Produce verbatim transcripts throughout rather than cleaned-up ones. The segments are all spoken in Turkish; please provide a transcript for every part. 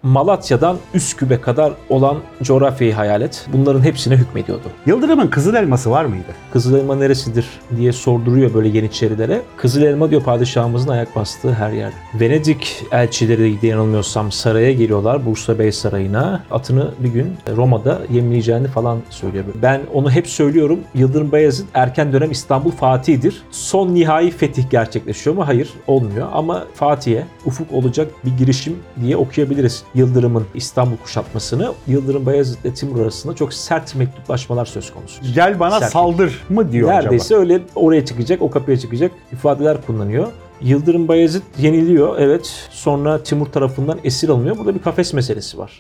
Malatya'dan Üsküp'e kadar olan coğrafyayı hayal et. Bunların hepsine hükmediyordu. Yıldırım'ın Kızıl Elması var mıydı? Kızıl Elma neresidir diye sorduruyor böyle Yeniçerilere. Kızıl Elma diyor padişahımızın ayak bastığı her yer. Venedik elçileri diye yanılmıyorsam saraya geliyorlar, Bursa Bey Sarayı'na. Atını bir gün Roma'da yemleyeceğini falan söylüyor. Ben onu hep söylüyorum. Yıldırım Bayezid erken dönem İstanbul Fatih'idir. Son nihai fetih gerçekleşiyor mu? Hayır, olmuyor. Ama Fatih'e ufuk olacak bir girişim diye okuyabiliriz Yıldırım'ın İstanbul kuşatmasını. Yıldırım Bayezid ile Timur arasında çok sert mektuplaşmalar söz konusu. Gel bana Sert. saldır mı diyor Neredeyse acaba? öyle oraya çıkacak, o kapıya çıkacak ifadeler kullanıyor. Yıldırım Bayezid yeniliyor, evet. Sonra Timur tarafından esir alınıyor. Burada bir kafes meselesi var.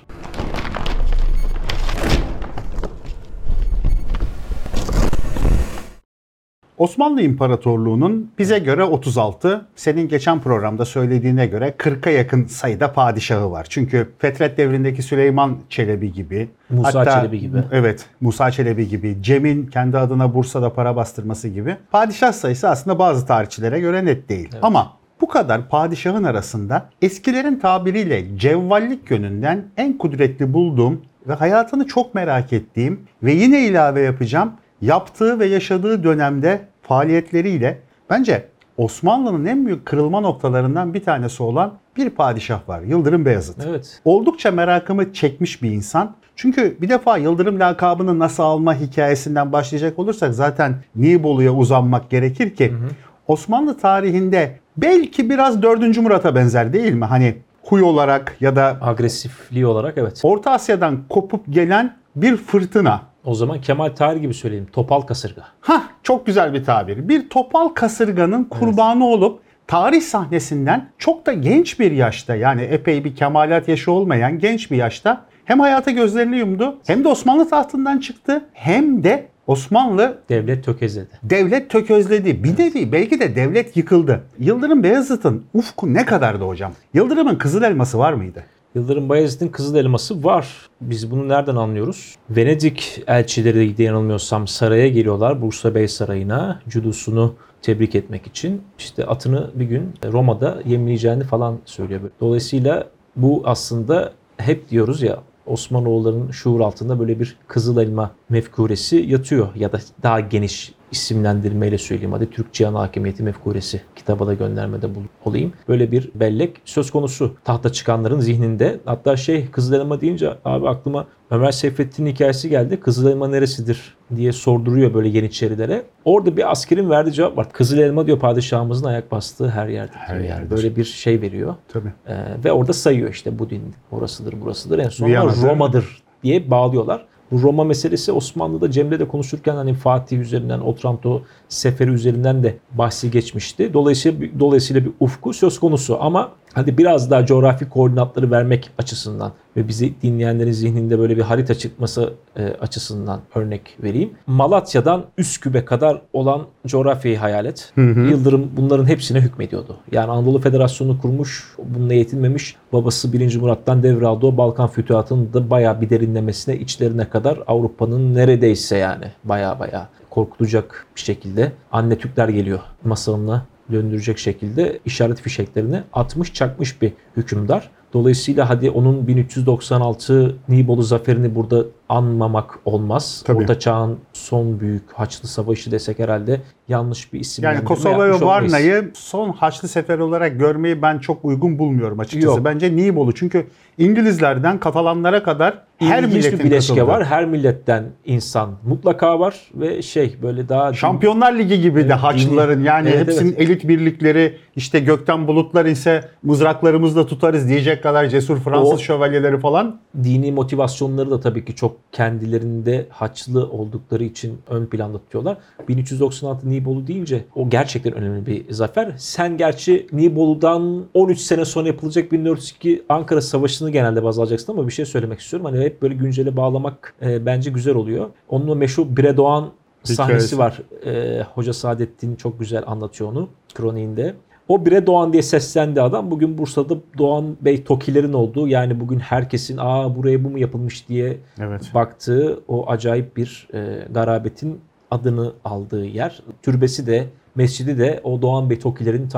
Osmanlı İmparatorluğu'nun bize göre otuz altı, senin geçen programda söylediğine göre kırka yakın sayıda padişahı var. Çünkü Fetret devrindeki Süleyman Çelebi gibi, Musa hatta, Çelebi gibi. Evet, Musa Çelebi gibi, Cem'in kendi adına Bursa'da para bastırması gibi padişah sayısı aslında bazı tarihçilere göre net değil. Evet. Ama bu kadar padişahın arasında eskilerin tabiriyle cevvallik yönünden en kudretli bulduğum ve hayatını çok merak ettiğim ve yine ilave yapacağım, yaptığı ve yaşadığı dönemde faaliyetleriyle bence Osmanlı'nın en büyük kırılma noktalarından bir tanesi olan bir padişah var. Yıldırım Beyazıt. Evet. Oldukça merakımı çekmiş bir insan. Çünkü bir defa Yıldırım lakabını nasıl alma hikayesinden başlayacak olursak zaten Nibolu'ya uzanmak gerekir ki, hı hı, Osmanlı tarihinde belki biraz dördüncü Murat'a benzer değil mi? Hani huy olarak ya da agresifliği olarak evet. Orta Asya'dan kopup gelen bir fırtına. O zaman Kemal Tahir gibi söyleyelim. Topal kasırga. Hah, çok güzel bir tabir. Bir topal kasırganın kurbanı, evet, olup tarih sahnesinden çok da genç bir yaşta, yani epey bir kemalat yaşı olmayan genç bir yaşta hem hayata gözlerini yumdu, hem de Osmanlı tahtından çıktı, hem de Osmanlı devlet tökezledi. Devlet tökezledi. Bir nevi belki de devlet yıkıldı. Yıldırım Beyazıt'ın ufku ne kadardı hocam? Yıldırım'ın Kızıl Elması var mıydı? Yıldırım Bayezid'in Kızıl Elması var. Biz bunu nereden anlıyoruz? Venedik elçileri diye yanılmıyorsam saraya geliyorlar, Bursa Bey Sarayı'na, cudusunu tebrik etmek için. İşte atını bir gün Roma'da yemleyeceğini falan söylüyor. Dolayısıyla bu aslında hep diyoruz ya, Osmanoğulları'nın şuur altında böyle bir Kızıl Elma mefkuresi yatıyor. Ya da daha geniş isimlendirmeyle söyleyeyim, hadi Türk Cihan Hakimiyeti Mefkuresi kitaba da göndermede olayım. Böyle bir bellek söz konusu tahta çıkanların zihninde. Hatta şey, Kızıl Elma deyince abi aklıma Ömer Seyfettin'in hikayesi geldi. Kızıl Elma neresidir diye sorduruyor böyle Yeniçerilere. Orada bir askerin verdiği cevap var. Kızıl Elma diyor padişahımızın ayak bastığı her yerde. Her yani yerdir. böyle bir şey veriyor. Tabii. Ee, ve orada sayıyor işte bu din orasıdır burasıdır. En sonunda Viyana'dır. Roma'dır diye bağlıyorlar. Bu Roma meselesi Osmanlı'da Cem'le de konuşurken hani Fatih üzerinden, Otranto seferi üzerinden de bahsi geçmişti. Dolayısıyla dolayısıyla bir ufku söz konusu, ama hadi biraz daha coğrafi koordinatları vermek açısından ve bizi dinleyenlerin zihninde böyle bir harita çıkması e, açısından örnek vereyim. Malatya'dan Üsküp'e kadar olan coğrafyayı hayal et. Hı hı. Yıldırım bunların hepsine hükmediyordu. Yani Anadolu Federasyonu'nu kurmuş, bununla yetinmemiş. Babası birinci Murat'tan devraldı. O Balkan Fütühatı'nın da bayağı bir derinlemesine, içlerine kadar Avrupa'nın neredeyse yani bayağı bayağı korkutacak bir şekilde anne Türkler geliyor masalına döndürecek şekilde işaret fişeklerini atmış çakmış bir hükümdar. Dolayısıyla hadi onun bin üç yüz doksan altı Nibolu zaferini burada anmamak olmaz. Tabii. Orta Çağ'ın son büyük Haçlı Savaşı desek herhalde yanlış bir isimlendirme Yani Kosova yapmış ve olmayız. Varna'yı son Haçlı Sefer olarak görmeyi ben çok uygun bulmuyorum açıkçası. Yok. Bence Nibolu, çünkü İngilizlerden Katalanlara kadar her İlginç milletin bir bileşke katıldığı. var. Her milletten insan mutlaka var ve şey böyle daha Şampiyonlar Ligi gibi Evet, de Haçlıların, dini- yani Evet, hepsinin evet. elit birlikleri, işte gökten bulutlar ise mızraklarımızla tutarız diyecek kadar cesur Fransız O- şövalyeleri falan. dini motivasyonları da tabii ki çok kendilerinde Haçlı oldukları için ön planda tutuyorlar. bin üç yüz doksan altı Nibolu deyince o gerçekten önemli bir zafer. Sen gerçi Nibolu'dan on üç sene sonra yapılacak bin dört yüz iki Ankara Savaşı'nı genelde baz alacaksın, ama bir şey söylemek istiyorum. Hani hep böyle güncele bağlamak e, bence güzel oluyor. Onun o meşhur Bre Doğan sahnesi Hikayesi. var. E, Hoca Saadettin çok güzel anlatıyor onu kroniğinde. O Bre Doğan diye seslendi adam. Bugün Bursa'da Doğan Bey Tokilerin olduğu, yani bugün herkesin aa buraya bu mu yapılmış diye Evet. baktığı o acayip bir e, garabetin adını aldığı yer. Türbesi de, mescidi de o Doğan Bey Tokilerin tam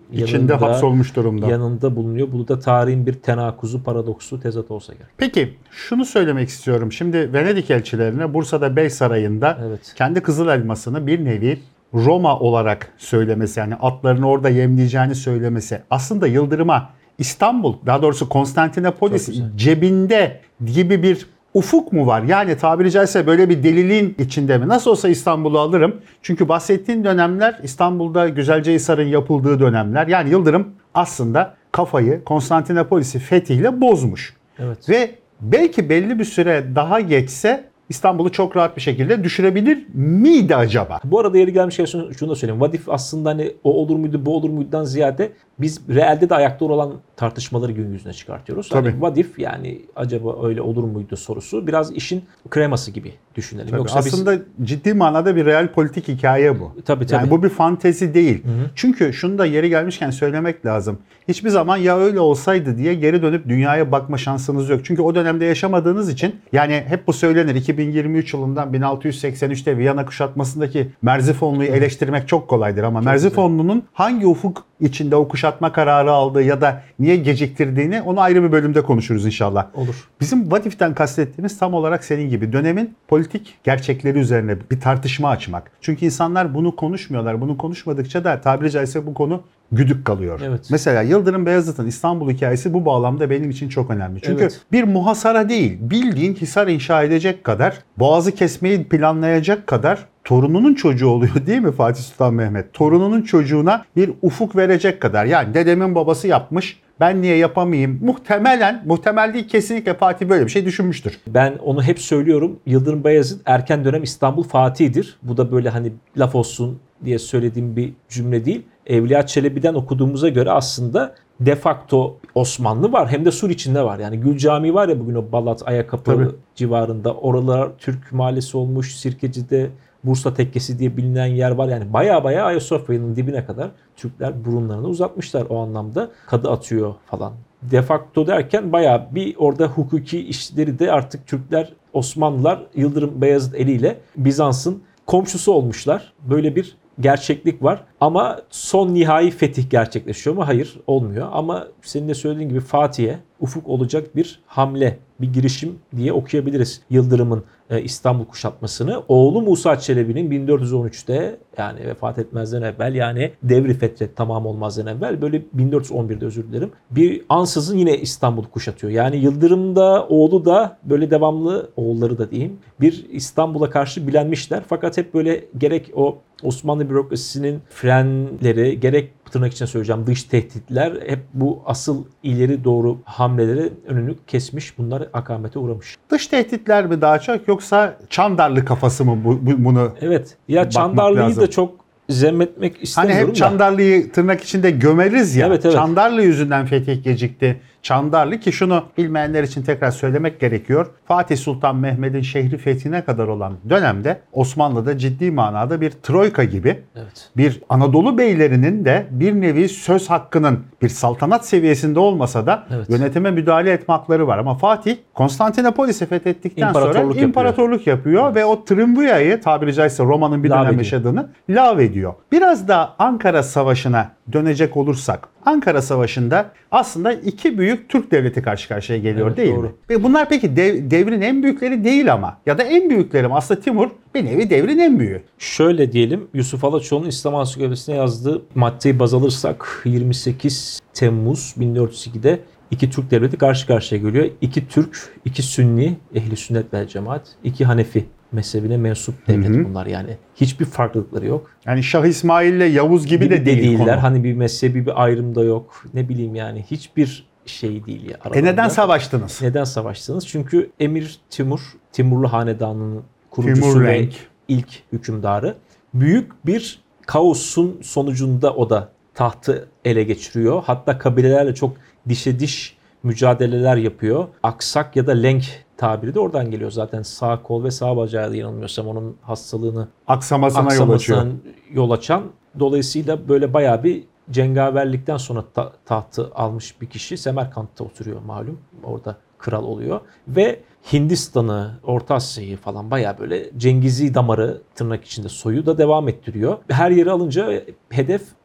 İçinde yanında, hapsolmuş durumda. yanında bulunuyor. Bu da tarihin bir tenakuzu, paradoksu, tezat olsa gerek. Peki şunu söylemek istiyorum. Şimdi Venedik elçilerine Bursa'da Bey Sarayı'nda Evet. kendi kızıl elmasını bir nevi Roma olarak söylemesi, yani atlarını orada yemleyeceğini söylemesi aslında Yıldırım'a İstanbul, daha doğrusu Konstantinopolis Çok güzel. cebinde gibi bir ufuk mu var? Yani tabiri caizse böyle bir deliliğin içinde mi? Nasıl olsa İstanbul'u alırım. Çünkü bahsettiğin dönemler İstanbul'da Güzelcehisar'ın yapıldığı dönemler. Yani Yıldırım aslında kafayı Konstantinopolis'i fethiyle bozmuş. Evet. Ve belki belli bir süre daha geçse İstanbul'u çok rahat bir şekilde düşürebilir miydi acaba? Bu arada yeri gelmişken şunu, şunu da söyleyeyim. Vadif aslında hani o olur muydu, bu olur muydudan ziyade biz realde de ayakta olan tartışmaları gün yüzüne çıkartıyoruz. Tabii. Hani vadif, yani acaba öyle olur muydu sorusu biraz işin kreması gibi düşünelim. Tabii Yoksa aslında ciddi manada bir real politik hikaye bu. biz tabii tabii. Yani bu bir fantezi değil. Çünkü şunu da yeri gelmişken söylemek lazım. Hiçbir zaman ya öyle olsaydı diye geri dönüp dünyaya bakma şansınız yok. Çünkü o dönemde yaşamadığınız için, yani hep bu söylenir, iki bin yirmi üç yılından bin altı yüz seksen üçte Viyana kuşatmasındaki Merzifonlu'yu eleştirmek çok kolaydır ama Merzifonlu'nun hangi ufuk içinde o kuşatma kararı aldığı ya da niye geciktirdiğini, onu ayrı bir bölümde konuşuruz inşallah. Olur. Bizim Vadif'ten kastettiğimiz tam olarak senin gibi dönemin politik gerçekleri üzerine bir tartışma açmak. Çünkü insanlar bunu konuşmuyorlar. Bunu konuşmadıkça da tabiri caizse bu konu güdük kalıyor. Evet. Mesela Yıldırım Beyazıt'ın İstanbul hikayesi bu bağlamda benim için çok önemli. Çünkü Evet. bir muhasara değil, bildiğin hisar inşa edecek kadar, boğazı kesmeyi planlayacak kadar torununun çocuğu oluyor değil mi Fatih Sultan Mehmet? Torununun çocuğuna bir ufuk verecek kadar. Yani dedemin babası yapmış, ben niye yapamayayım? Muhtemelen, muhtemel değil, kesinlikle Fatih böyle bir şey düşünmüştür. Ben onu hep söylüyorum. Yıldırım Beyazıt erken dönem İstanbul Fatih'idir. Bu da böyle hani laf olsun diye söylediğim bir cümle değil. Evliya Çelebi'den okuduğumuza göre aslında de facto Osmanlı var, hem de Sur içinde var. Yani Gül Camii var ya bugün, o Balat, Ayakapı Tabii. civarında. Oralar Türk mahallesi olmuş. Sirkeci'de Bursa Tekkesi diye bilinen yer var. Yani baya baya Ayasofya'nın dibine kadar Türkler burunlarını uzatmışlar o anlamda. Kadı atıyor falan. De facto derken baya bir orada hukuki işleri de artık Türkler, Osmanlılar Yıldırım Beyazıt eliyle Bizans'ın komşusu olmuşlar. Böyle bir gerçeklik var. Ama son nihai fetih gerçekleşiyor mu? Hayır, olmuyor. Ama senin de söylediğin gibi Fatih'e ufuk olacak bir hamle, bir girişim diye okuyabiliriz Yıldırım'ın e, İstanbul kuşatmasını. Oğlu Musa Çelebi'nin bin dört yüz on üçte, yani vefat etmezden evvel, yani devri fetret tamam olmazdan evvel, böyle bin dört yüz on birde özür dilerim, bir ansızın yine İstanbul'u kuşatıyor. Yani Yıldırım da oğlu da böyle devamlı, oğulları da diyeyim, bir İstanbul'a karşı bilenmişler. Fakat hep böyle gerek o Osmanlı bürokrasisinin frenleri, gerek tırnak içine söyleyeceğim dış tehditler, hep bu asıl ileri doğru hamleleri önünü kesmiş. Bunlar akamete uğramış. Dış tehditler mi daha çok, yoksa Çandarlı kafası mı bu, bu- bunu? Evet. Ya Bakmak Çandarlı'yı lazım. da çok zemmetmek Hani istemiyorum hep da. Çandarlı'yı tırnak içinde gömeriz ya. Evet, evet. Çandarlı yüzünden fetih gecikti. Çandarlı, ki şunu bilmeyenler için tekrar söylemek gerekiyor. Fatih Sultan Mehmet'in şehri fethine kadar olan dönemde Osmanlı'da ciddi manada bir troika gibi, Evet. bir Anadolu beylerinin de bir nevi söz hakkının bir saltanat seviyesinde olmasa da Evet. yönetime müdahale etme hakları var. Ama Fatih Konstantinopolis'i fethettikten İmparatorluk sonra yapıyor. imparatorluk yapıyor Evet. ve o Triumvira'yı, tabiri caizse Roma'nın bir Lav dönem ediyor. yaşadığını lağvediyor. Biraz da Ankara Savaşı'na dönecek olursak, Ankara Savaşı'nda aslında iki büyük Türk devleti karşı karşıya geliyor, Evet, değil doğru. mi? Ve bunlar peki dev- devrin en büyükleri değil ama, ya da en büyükleri mi? Aslında Timur bir nevi devrin en büyüğü. Şöyle diyelim, Yusuf Alaçoğlu'nun İslam Ansiklopedisi'ne yazdığı maddeyi baz alırsak yirmi sekiz Temmuz bin dört yüz ikide iki Türk devleti karşı karşıya geliyor. İki Türk, iki Sünni, ehli sünnet vel cemaat, iki Hanefi mezhebine mensup devlet Hı hı. bunlar yani. Hiçbir farklılıkları yok. Yani Şah İsmail ile Yavuz gibi, de değil değiller. konu. Hani bir mezhebi bir ayrım da yok. Ne bileyim yani, hiçbir şey değil ya. E aralarında. neden savaştınız? Neden savaştınız? Çünkü Emir Timur, Timurlu Hanedanı'nın kurucusu Timur ve Lenk. ilk hükümdarı. Büyük bir kaosun sonucunda o da tahtı ele geçiriyor. Hatta kabilelerle çok dişe diş mücadeleler yapıyor. Aksak ya da Lenk tabiri de oradan geliyor zaten. Sağ kol ve sağ bacağı, yanılmıyorsam, onun hastalığını Aksamasına yol açıyor. aksamasından yol açan. Dolayısıyla böyle bayağı bir cengaverlikten sonra ta- tahtı almış bir kişi. Semerkant'ta oturuyor malum. Orada kral oluyor. Ve Hindistan'ı, Orta Asya'yı falan bayağı böyle Cengizi damarı, tırnak içinde soyu da devam ettiriyor. Her yeri alınca hedef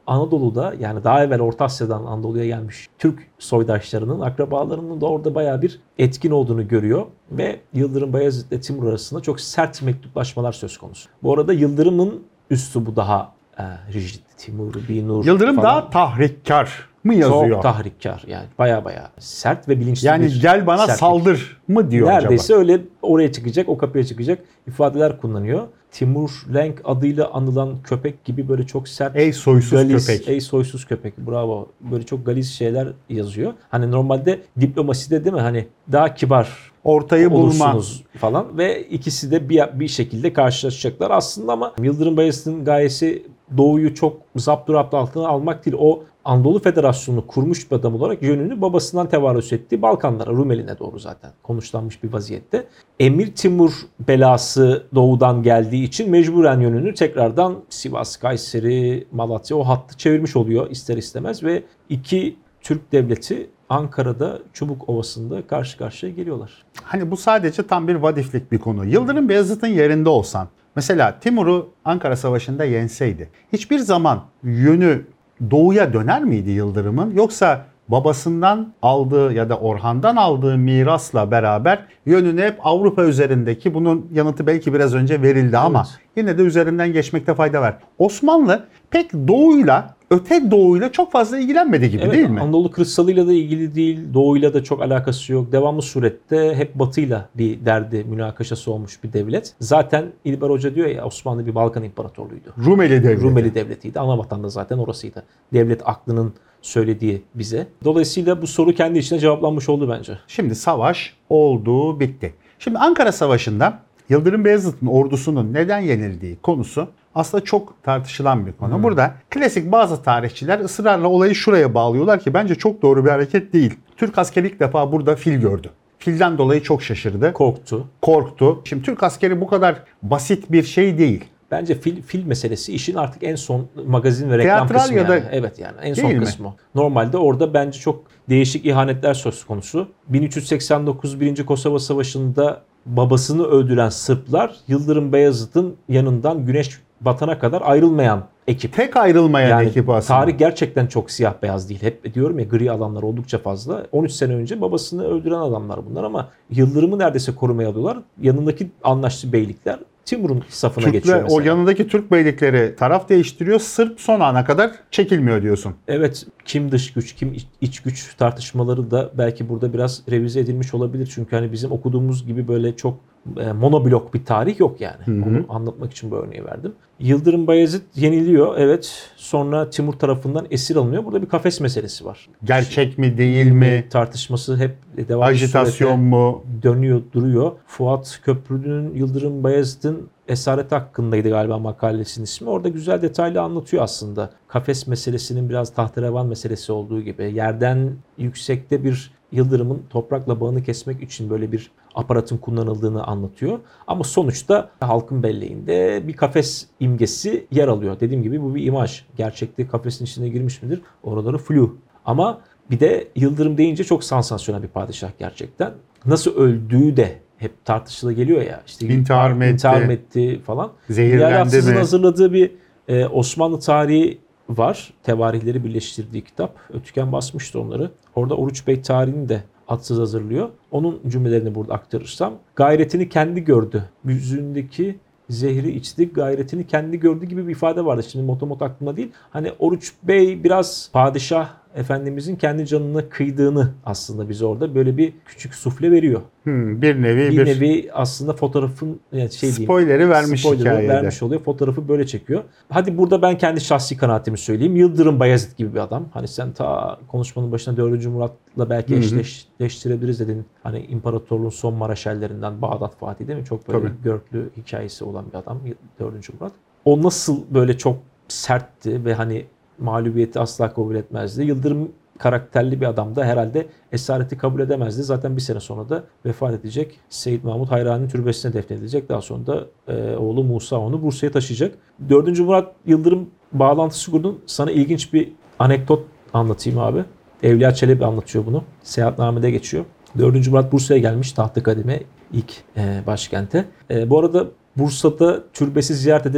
Anadolu'da, yani daha evvel Orta Asya'dan Anadolu'ya gelmiş Türk soydaşlarının, akrabalarının da orada bayağı bir etkin olduğunu görüyor ve Yıldırım Bayezid ile Timur arasında çok sert mektuplaşmalar söz konusu. Bu arada Yıldırım'ın üslubu daha e, rigid. Timur, Binur Yıldırım falan. daha tahrikkar mı yazıyor? Çok tahrikkar, yani baya baya sert ve bilinçli Yani bir gel bana sertlik. saldır mı diyor Neredeyse acaba? öyle oraya çıkacak, o kapıya çıkacak ifadeler kullanıyor. Timur Lenk adıyla anılan köpek gibi böyle çok sert, Ey soysuz galiz, köpek. ey soysuz köpek, bravo. Böyle çok galiz şeyler yazıyor. Hani normalde diplomaside değil mi, hani daha kibar Ortayı bulma. olursunuz falan ve ikisi de bir, bir şekilde karşılaşacaklar aslında, ama Yıldırım Bayezid'in gayesi Doğu'yu çok zapturapt altına almak değil. O Anadolu Federasyonu'nu kurmuş bir adam olarak yönünü babasından tevarüs ettiği Balkanlara, Rumeli'ne doğru zaten konuşlanmış bir vaziyette. Emir Timur belası Doğu'dan geldiği için mecburen yönünü tekrardan Sivas, Kayseri, Malatya o hattı çevirmiş oluyor ister istemez ve iki Türk devleti Ankara'da Çubuk Ovası'nda karşı karşıya geliyorlar. Hani bu sadece tam bir vadiflik bir konu. Yıldırım Beyazıt'ın yerinde olsan, mesela Timur'u Ankara Savaşı'nda yenseydi, hiçbir zaman yönü doğuya döner miydi Yıldırım'ın? Yoksa babasından aldığı ya da Orhan'dan aldığı mirasla beraber yönünü hep Avrupa üzerindeki, bunun yanıtı belki biraz önce verildi ama Evet. yine de üzerinden geçmekte fayda var. Osmanlı pek doğuyla, öte doğuyla çok fazla ilgilenmedi gibi Evet, değil mi? Anadolu kırsalıyla da ilgili değil, doğuyla da çok alakası yok. Devamlı surette hep batıyla bir derdi, münakaşası olmuş bir devlet. Zaten İlber Hoca diyor ya, Osmanlı bir Balkan İmparatorluğuydu. Rumeli devleti. Rumeli devletiydi. Ana vatan da zaten orasıydı. Devlet aklının söylediği bize. Dolayısıyla bu soru kendi içine cevaplanmış oldu bence. Şimdi savaş oldu, bitti. Şimdi Ankara Savaşı'nda Yıldırım Beyazıt'ın ordusunun neden yenildiği konusu aslında çok tartışılan bir konu. Hmm. Burada klasik bazı tarihçiler ısrarla olayı şuraya bağlıyorlar ki bence çok doğru bir hareket değil. Türk askeri ilk defa burada fil gördü. Filden dolayı çok şaşırdı, Korktu. korktu. Şimdi Türk askeri bu kadar basit bir şey değil. Bence fil, fil meselesi işin artık en son magazin ve reklam Teatral kısmı ya da- yani. Evet, yani en son Değil mi? kısmı. Normalde orada bence çok değişik ihanetler söz konusu. bin üç yüz seksen dokuz birinci Kosova Savaşı'nda babasını öldüren Sırplar Yıldırım Beyazıt'ın yanından güneş batana kadar ayrılmayan ekip. Tek ayrılmayan Yani ekip aslında. tarih gerçekten çok siyah beyaz değil. Hep diyorum ya, gri alanlar oldukça fazla. on üç sene önce babasını öldüren adamlar bunlar, ama Yıldırım'ı neredeyse korumaya alıyorlar. Yanındaki anlaştığı beylikler Timur'un safına geçiyor Türkler, mesela. o yanındaki Türk beylikleri taraf değiştiriyor. Sırp son ana kadar çekilmiyor diyorsun. Evet, kim dış güç, kim iç- iç güç tartışmaları da belki burada biraz revize edilmiş olabilir. Çünkü hani bizim okuduğumuz gibi böyle çok e, monoblok bir tarih yok yani. Hı hı. Onu anlatmak için bu örneği verdim. Yıldırım Bayezid yeniliyor, evet. Sonra Timur tarafından esir alınıyor. Burada bir kafes meselesi var. Gerçek mi değil mi? Tartışması hep devamlı Ajitasyon surette mu? dönüyor, duruyor. Fuat Köprülü'nün Yıldırım Bayezid'in esareti hakkındaydı galiba makalesinin ismi. Orada güzel detaylı anlatıyor aslında. Kafes meselesinin biraz tahterevan meselesi olduğu gibi. Yerden yüksekte bir Yıldırım'ın toprakla bağını kesmek için böyle bir aparatın kullanıldığını anlatıyor. Ama sonuçta halkın belleğinde bir kafes imgesi yer alıyor. Dediğim gibi bu bir imaj. Gerçekte kafesin içine girmiş midir? Oraları flu. Ama bir de Yıldırım deyince çok sansasyonel bir padişah gerçekten. Nasıl öldüğü de hep tartışılı geliyor ya. İşte İntihar mı etti? intihar mı etti falan. Zehirlendi Nihal Hafız'ın mi? hazırladığı bir e, Osmanlı tarihi var. Tevarihleri birleştirdiği kitap. Ötüken basmıştı onları. Orada Oruç Bey tarihini de atsız hazırlıyor. Onun cümlelerini burada aktarırsam. Gayretini kendi gördü. Yüzündeki zehri içti, gayretini kendi gördü gibi bir ifade vardı. Şimdi motomot aklımda değil. Hani Oruç Bey biraz padişah Efendimizin kendi canına kıydığını aslında bize orada böyle bir küçük sufle veriyor. Hmm, bir nevi Bir, bir, nevi aslında fotoğrafın yani şey diyeyim, spoiler'i vermiş spoiler'ı hikayede. vermiş oluyor. Fotoğrafı böyle çekiyor. Hadi burada ben kendi şahsi kanaatimi söyleyeyim. Yıldırım Bayezid gibi bir adam. Hani sen ta konuşmanın başında dördüncü Murat'la belki Hı hı. eşleştirebiliriz dedin. Hani imparatorluğun son maraşellerinden Bağdat Fatih değil mi? Çok böyle Tabii. görklü hikayesi olan bir adam dördüncü Murat. O nasıl böyle çok sertti ve hani mağlubiyeti asla kabul etmezdi. Yıldırım karakterli bir adam da herhalde esareti kabul edemezdi. Zaten bir sene sonra da vefat edecek. Seyyid Mahmud Hayrani'nin türbesine defnedilecek. Daha sonra da e, oğlu Musa onu Bursa'ya taşıyacak. dördüncü Murat Yıldırım bağlantısı kurdun. Sana ilginç bir anekdot anlatayım abi. Evliya Çelebi anlatıyor bunu. Seyahatname'de geçiyor. dördüncü Murat Bursa'ya gelmiş, tahtı kadime ilk e, başkente. E, bu arada Bursa'da türbesi ziyaret edilen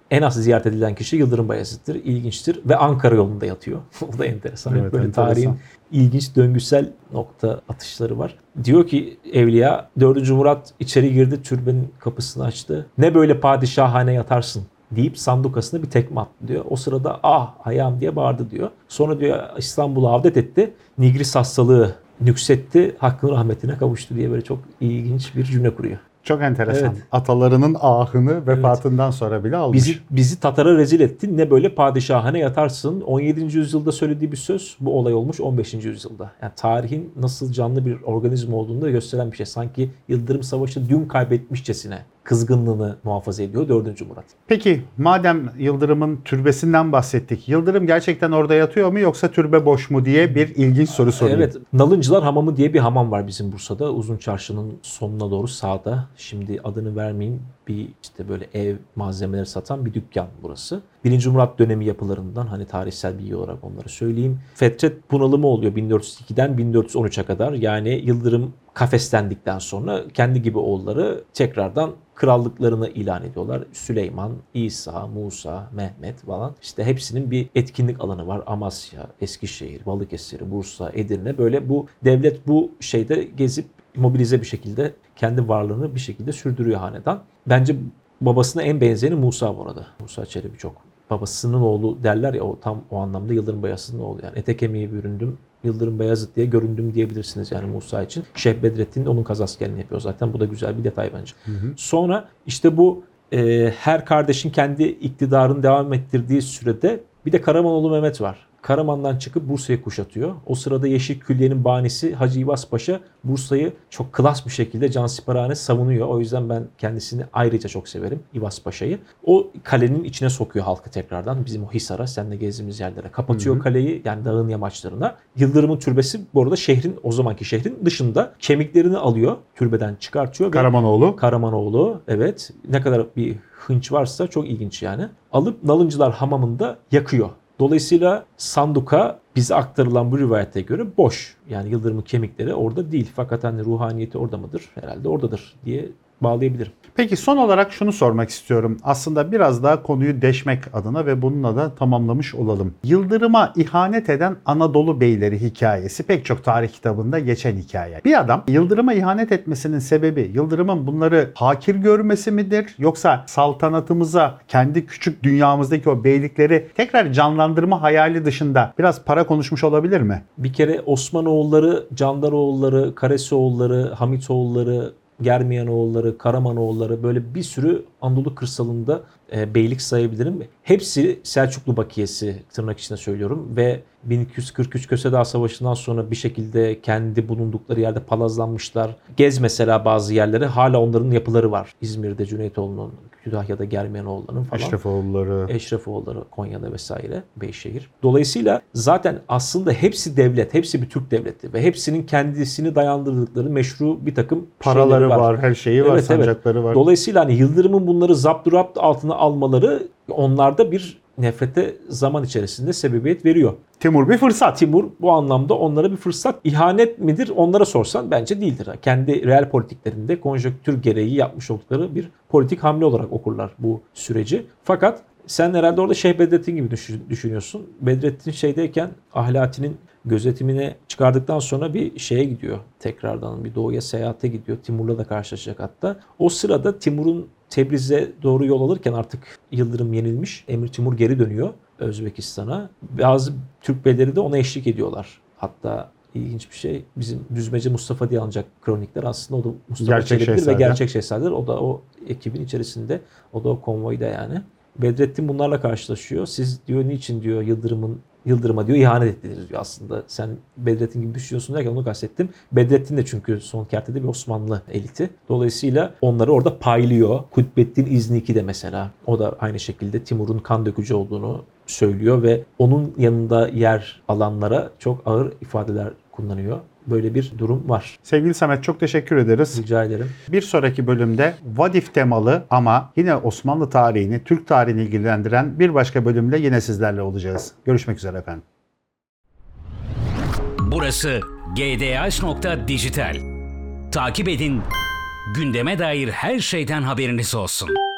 en az ziyaret edilen kişi Yıldırım Bayezid'dir. İlginçtir ve Ankara yolunda yatıyor. O da enteresan. Evet, Böyle enteresan. tarihin ilginç döngüsel nokta atışları var. Diyor ki Evliya, dördüncü Murat içeri girdi, türbenin kapısını açtı. Ne böyle padişahane yatarsın deyip sandukasına bir tekme attı diyor. O sırada ah ayağım diye bağırdı diyor. Sonra diyor İstanbul'u avdet etti. Nigris hastalığı nüksetti. Hakkın rahmetine kavuştu diye böyle çok ilginç bir cümle kuruyor. Çok enteresan. Evet. Atalarının ahını vefatından sonra bile almış. Bizi, bizi Tatar'a rezil ettin. Ne böyle padişahane yatarsın. on yedinci yüzyılda söylediği bir söz, bu olay olmuş on beşinci yüzyılda. Yani tarihin nasıl canlı bir organizma olduğunu da gösteren bir şey. Sanki Yıldırım Savaşı dün kaybetmişçesine kızgınlığını muhafaza ediyor dördüncü Murat. Peki madem Yıldırım'ın türbesinden bahsettik. Yıldırım gerçekten orada yatıyor mu yoksa türbe boş mu diye bir ilginç soru sorayım. Evet, Nalıncılar Hamamı diye bir hamam var bizim Bursa'da. Uzun Çarşı'nın sonuna doğru sağda. Şimdi adını vermeyeyim. Bir işte böyle ev malzemeleri satan bir dükkan burası. birinci Murat dönemi yapılarından, hani tarihsel bilgi olarak onları söyleyeyim. Fetret bunalımı oluyor bin dört yüz ikiden bin dört yüz on üçe kadar. Yani Yıldırım kafeslendikten sonra kendi gibi oğulları tekrardan krallıklarını ilan ediyorlar. Süleyman, İsa, Musa, Mehmet falan. İşte hepsinin bir etkinlik alanı var. Amasya, Eskişehir, Balıkesir, Bursa, Edirne. Böyle bu devlet bu şeyde gezip mobilize bir şekilde kendi varlığını bir şekilde sürdürüyor hanedan. Bence babasına en benzeyeni Musa bu arada. Musa Çelebi çok. Babasının oğlu derler ya, o tam o anlamda Yıldırım Beyazıt'ın oğlu yani. Ete kemiğe büründüm, Yıldırım Beyazıt diye göründüm diyebilirsiniz yani Musa için. Şeyh Bedrettin onun kazaskerliğini yapıyor zaten. Bu da güzel bir detay bence. Hı hı. Sonra işte bu e, her kardeşin kendi iktidarını devam ettirdiği sürede bir de Karamanoğlu Mehmet var. Karaman'dan çıkıp Bursa'yı kuşatıyor. O sırada Yeşil Külliye'nin banisi Hacı İvaz Paşa Bursa'yı çok klas bir şekilde cansiperane savunuyor. O yüzden ben kendisini ayrıca çok severim, İvaz Paşa'yı. O kalenin içine sokuyor halkı tekrardan. Bizim o Hisar'a, seninle gezdiğimiz yerlere. Kapatıyor hı hı. kaleyi, yani dağın yamaçlarına. Yıldırım'ın türbesi bu arada şehrin, o zamanki şehrin dışında, kemiklerini alıyor, türbeden çıkartıyor. Karamanoğlu. Karamanoğlu, evet. Ne kadar bir hınç varsa çok ilginç yani. Alıp Nalıncılar Hamamı'nda yakıyor. Dolayısıyla sanduka bize aktarılan bu rivayete göre boş. Yani Yıldırım'ın kemikleri orada değil. Fakat hani ruhaniyeti orada mıdır? Herhalde oradadır diye bağlayabilirim. Peki son olarak şunu sormak istiyorum. Aslında biraz daha konuyu deşmek adına ve bununla da tamamlamış olalım. Yıldırım'a ihanet eden Anadolu beyleri hikayesi pek çok tarih kitabında geçen hikaye. Bir adam Yıldırım'a ihanet etmesinin sebebi Yıldırım'ın bunları hakir görmesi midir? Yoksa saltanatımıza, kendi küçük dünyamızdaki o beylikleri tekrar canlandırma hayali dışında biraz para konuşmuş olabilir mi? Bir kere Osmanoğulları, Candaroğulları, Karesioğulları, Hamitoğulları, Germiyanoğulları, Karamanoğulları, böyle bir sürü Anadolu kırsalında e, beylik sayabilirim. Hepsi Selçuklu bakiyesi, tırnak içinde söylüyorum, ve bin iki yüz kırk üç Köse Savaşı'ndan sonra bir şekilde kendi bulundukları yerde palazlanmışlar. Gez mesela bazı yerlere, hala onların yapıları var. İzmir'de Cüneytoğlu'nun, Kütahya'da Germiyanoğulları'nın falan. Eşrefoğulları. Eşrefoğulları Konya'da vesaire, Beyşehir. Dolayısıyla zaten aslında hepsi devlet, hepsi bir Türk devleti ve hepsinin kendisini dayandırdıkları meşru bir takım paraları var. var, her şeyi var, evet, sancakları evet. var. Dolayısıyla hani Yıldırım'ın bunları zapturapt altına almaları onlarda bir nefrete zaman içerisinde sebebiyet veriyor. Timur bir fırsat. Timur bu anlamda onlara bir fırsat. İhanet midir? Onlara sorsan bence değildir. Kendi real politiklerinde konjonktür gereği yapmış oldukları bir politik hamle olarak okurlar bu süreci. Fakat sen herhalde orada Şeyh Bedrettin gibi düşünüyorsun. Bedrettin şeydeyken Ahlati'nin gözetimine çıkardıktan sonra bir şeye gidiyor. Tekrardan bir doğuya seyahate gidiyor. Timur'la da karşılaşacak hatta. O sırada Timur'un Tebriz'e doğru yol alırken artık Yıldırım yenilmiş. Emir Timur geri dönüyor Özbekistan'a. Bazı Türk beyleri de ona eşlik ediyorlar. Hatta ilginç bir şey, bizim Düzmece Mustafa diye alınacak kronikler aslında o da Mustafa gerçek Çelebi'dir ve şehzade. gerçek şehzadedir. O da o ekibin içerisinde, o da o konvoyda yani. Bedrettin bunlarla karşılaşıyor. Siz diyor niçin diyor Yıldırım'ın Yıldırım'a diyor ihanet ettiniz diyor aslında. Sen Bedrettin gibi düşünüyorsun derken onu kastettim. Bedrettin de çünkü son kertede bir Osmanlı eliti. Dolayısıyla onları orada paylıyor. Kutbettin İzniki de mesela. O da aynı şekilde Timur'un kan dökücü olduğunu söylüyor ve onun yanında yer alanlara çok ağır ifadeler kullanıyor. Böyle bir durum var. Sevgili Samet, çok teşekkür ederiz. Rica ederim. Bir sonraki bölümde Vadif temalı ama yine Osmanlı tarihini, Türk tarihini ilgilendiren bir başka bölümle yine sizlerle olacağız. Görüşmek üzere efendim. Burası G D H nokta dijital. Takip edin, gündeme dair her şeyden haberiniz olsun.